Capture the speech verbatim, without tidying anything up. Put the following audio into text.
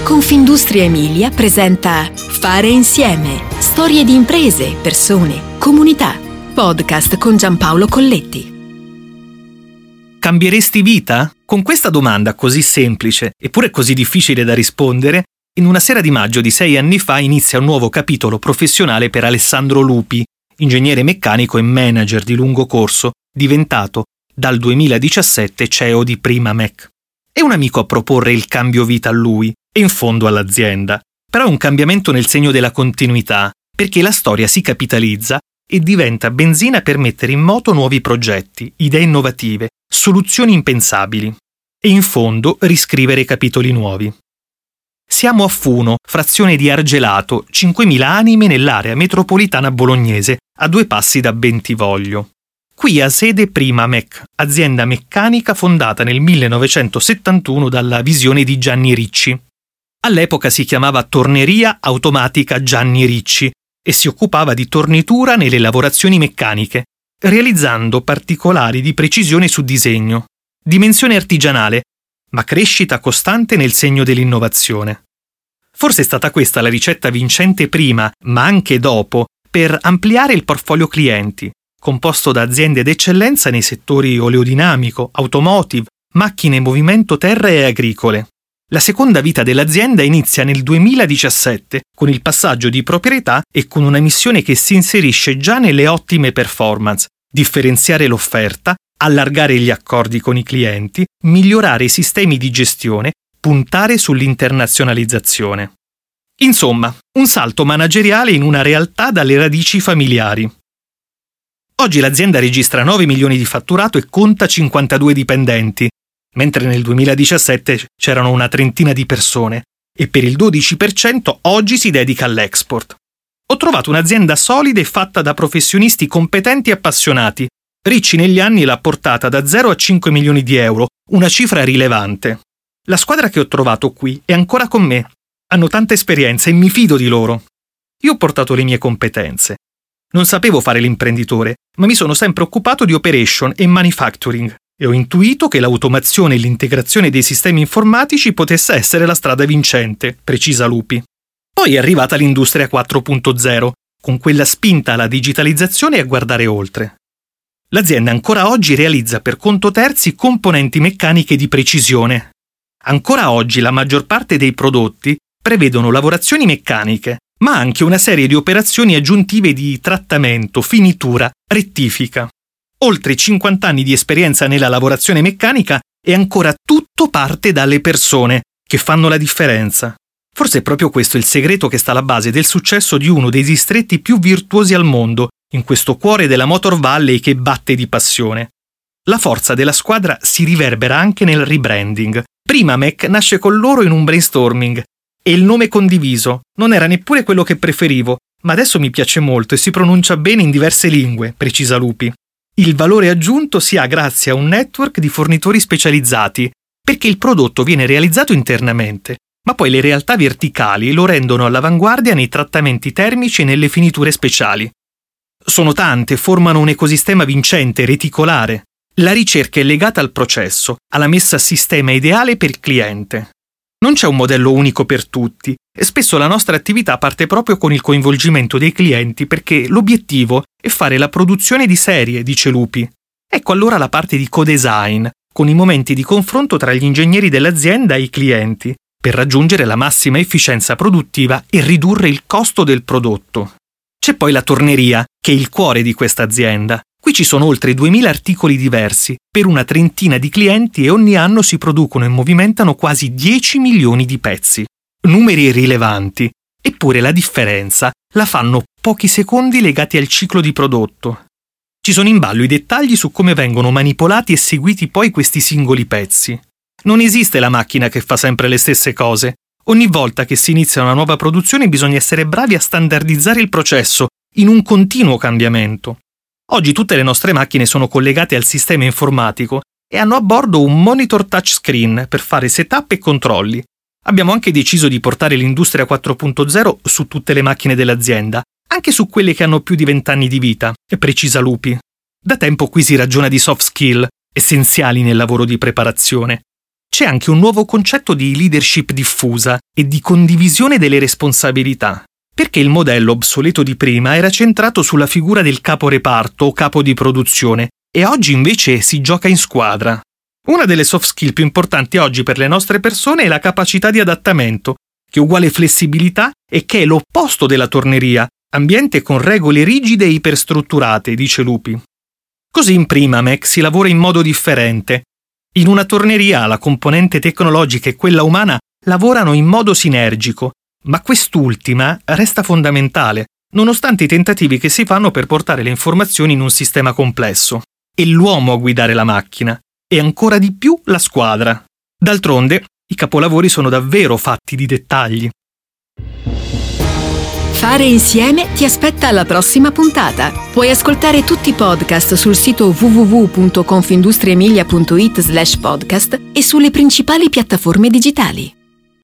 Confindustria Emilia presenta Fare insieme. Storie di imprese, persone, comunità. Podcast con Giampaolo Colletti. Cambieresti vita? Con questa domanda così semplice, eppure così difficile da rispondere, in una sera di maggio di sei anni fa inizia un nuovo capitolo professionale per Alessandro Lupi, ingegnere meccanico e manager di lungo corso, diventato dal duemiladiciassette C E O di Primamec. È un amico a proporre il cambio vita a lui e in fondo all'azienda, però è un cambiamento nel segno della continuità, perché la storia si capitalizza e diventa benzina per mettere in moto nuovi progetti, idee innovative, soluzioni impensabili e in fondo riscrivere capitoli nuovi. Siamo a Funo, frazione di Argelato, cinquemila anime nell'area metropolitana bolognese, a due passi da Bentivoglio. Qui ha sede Primamec, azienda meccanica fondata nel millenovecentosettantuno dalla visione di Gianni Ricci. All'epoca si chiamava Torneria Automatica Gianni Ricci e si occupava di tornitura nelle lavorazioni meccaniche, realizzando particolari di precisione su disegno. Dimensione artigianale, ma crescita costante nel segno dell'innovazione. Forse è stata questa la ricetta vincente prima, ma anche dopo, per ampliare il portfolio clienti, composto da aziende d'eccellenza nei settori oleodinamico, automotive, macchine in movimento terra e agricole. La seconda vita dell'azienda inizia nel duemiladiciassette con il passaggio di proprietà e con una missione che si inserisce già nelle ottime performance: differenziare l'offerta, allargare gli accordi con i clienti, migliorare i sistemi di gestione, puntare sull'internazionalizzazione. Insomma, un salto manageriale in una realtà dalle radici familiari. Oggi l'azienda registra nove milioni di fatturato e conta cinquantadue dipendenti, mentre nel duemiladiciassette c'erano una trentina di persone e per il dodici per cento oggi si dedica all'export. Ho trovato un'azienda solida e fatta da professionisti competenti e appassionati. Ricci negli anni l'ha portata da zero a cinque milioni di euro, una cifra rilevante. La squadra che ho trovato qui è ancora con me. Hanno tanta esperienza e mi fido di loro. Io ho portato le mie competenze. Non sapevo fare l'imprenditore, ma mi sono sempre occupato di operation e manufacturing e ho intuito che l'automazione e l'integrazione dei sistemi informatici potesse essere la strada vincente, precisa Lupi. Poi è arrivata l'industria quattro punto zero, con quella spinta alla digitalizzazione e a guardare oltre. L'azienda ancora oggi realizza per conto terzi componenti meccaniche di precisione. Ancora oggi la maggior parte dei prodotti prevedono lavorazioni meccaniche, ma anche una serie di operazioni aggiuntive di trattamento, finitura, rettifica. Oltre cinquanta anni di esperienza nella lavorazione meccanica e ancora tutto parte dalle persone, che fanno la differenza. Forse è proprio questo il segreto che sta alla base del successo di uno dei distretti più virtuosi al mondo, in questo cuore della Motor Valley che batte di passione. La forza della squadra si riverbera anche nel rebranding. Primamec nasce con loro in un brainstorming e il nome condiviso non era neppure quello che preferivo, ma adesso mi piace molto e si pronuncia bene in diverse lingue, precisa Lupi. Il valore aggiunto si ha grazie a un network di fornitori specializzati, perché il prodotto viene realizzato internamente, ma poi le realtà verticali lo rendono all'avanguardia nei trattamenti termici e nelle finiture speciali. Sono tante, formano un ecosistema vincente, reticolare. La ricerca è legata al processo, alla messa a sistema ideale per il cliente. Non c'è un modello unico per tutti e spesso la nostra attività parte proprio con il coinvolgimento dei clienti perché l'obiettivo è fare la produzione di serie, dice Lupi. Ecco allora la parte di co-design, con i momenti di confronto tra gli ingegneri dell'azienda e i clienti, per raggiungere la massima efficienza produttiva e ridurre il costo del prodotto. C'è poi la torneria, che è il cuore di questa azienda. Qui ci sono oltre duemila articoli diversi, per una trentina di clienti e ogni anno si producono e movimentano quasi dieci milioni di pezzi. Numeri rilevanti, eppure la differenza la fanno pochi secondi legati al ciclo di prodotto. Ci sono in ballo i dettagli su come vengono manipolati e seguiti poi questi singoli pezzi. Non esiste la macchina che fa sempre le stesse cose. Ogni volta che si inizia una nuova produzione bisogna essere bravi a standardizzare il processo, in un continuo cambiamento. Oggi tutte le nostre macchine sono collegate al sistema informatico e hanno a bordo un monitor touchscreen per fare setup e controlli. Abbiamo anche deciso di portare l'industria quattro punto zero su tutte le macchine dell'azienda, anche su quelle che hanno più di vent'anni di vita, precisa Lupi. Da tempo qui si ragiona di soft skill, essenziali nel lavoro di preparazione. c'è anche un nuovo concetto di leadership diffusa e di condivisione delle responsabilità, perché il modello obsoleto di prima era centrato sulla figura del capo reparto o capo di produzione e oggi invece si gioca in squadra. Una delle soft skill più importanti oggi per le nostre persone è la capacità di adattamento, che è uguale flessibilità e che è l'opposto della torneria, ambiente con regole rigide e iperstrutturate, dice Lupi. Così in Primamec si lavora in modo differente. In una torneria la componente tecnologica e quella umana lavorano in modo sinergico, ma quest'ultima resta fondamentale, nonostante i tentativi che si fanno per portare le informazioni in un sistema complesso. È l'uomo a guidare la macchina, e ancora di più la squadra. D'altronde, i capolavori sono davvero fatti di dettagli. Fare insieme ti aspetta alla prossima puntata. Puoi ascoltare tutti i podcast sul sito w w w punto confindustriemilia punto it slash podcast e sulle principali piattaforme digitali.